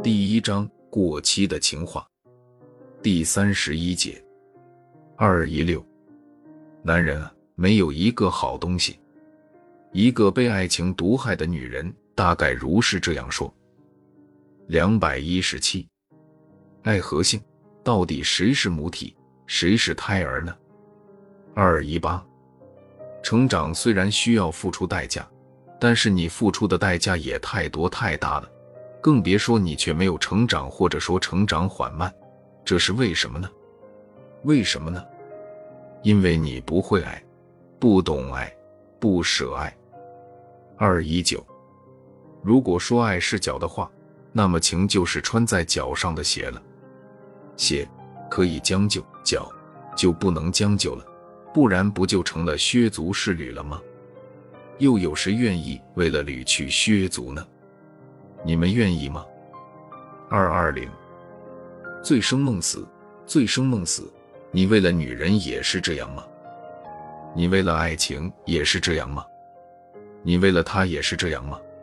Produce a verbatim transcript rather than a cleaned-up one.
第一章过期的情话，第三十一节。二一六，男人啊，没有一个好东西。一个被爱情毒害的女人大概如是这样说。两百一十七，爱和性，到底谁是母体，谁是胎儿呢？二一八，成长虽然需要付出代价，但是你付出的代价也太多太大了，更别说你却没有成长，或者说成长缓慢，这是为什么呢？为什么呢？因为你不会爱，不懂爱，不舍爱。二一九，如果说爱是脚的话，那么情就是穿在脚上的鞋了。鞋可以将就，脚就不能将就了，不然不就成了削足适履了吗？又有谁愿意为了履去削足呢？你们愿意吗？二二零，醉生梦死，醉生梦死，你为了女人也是这样吗？你为了爱情也是这样吗？你为了她也是这样吗？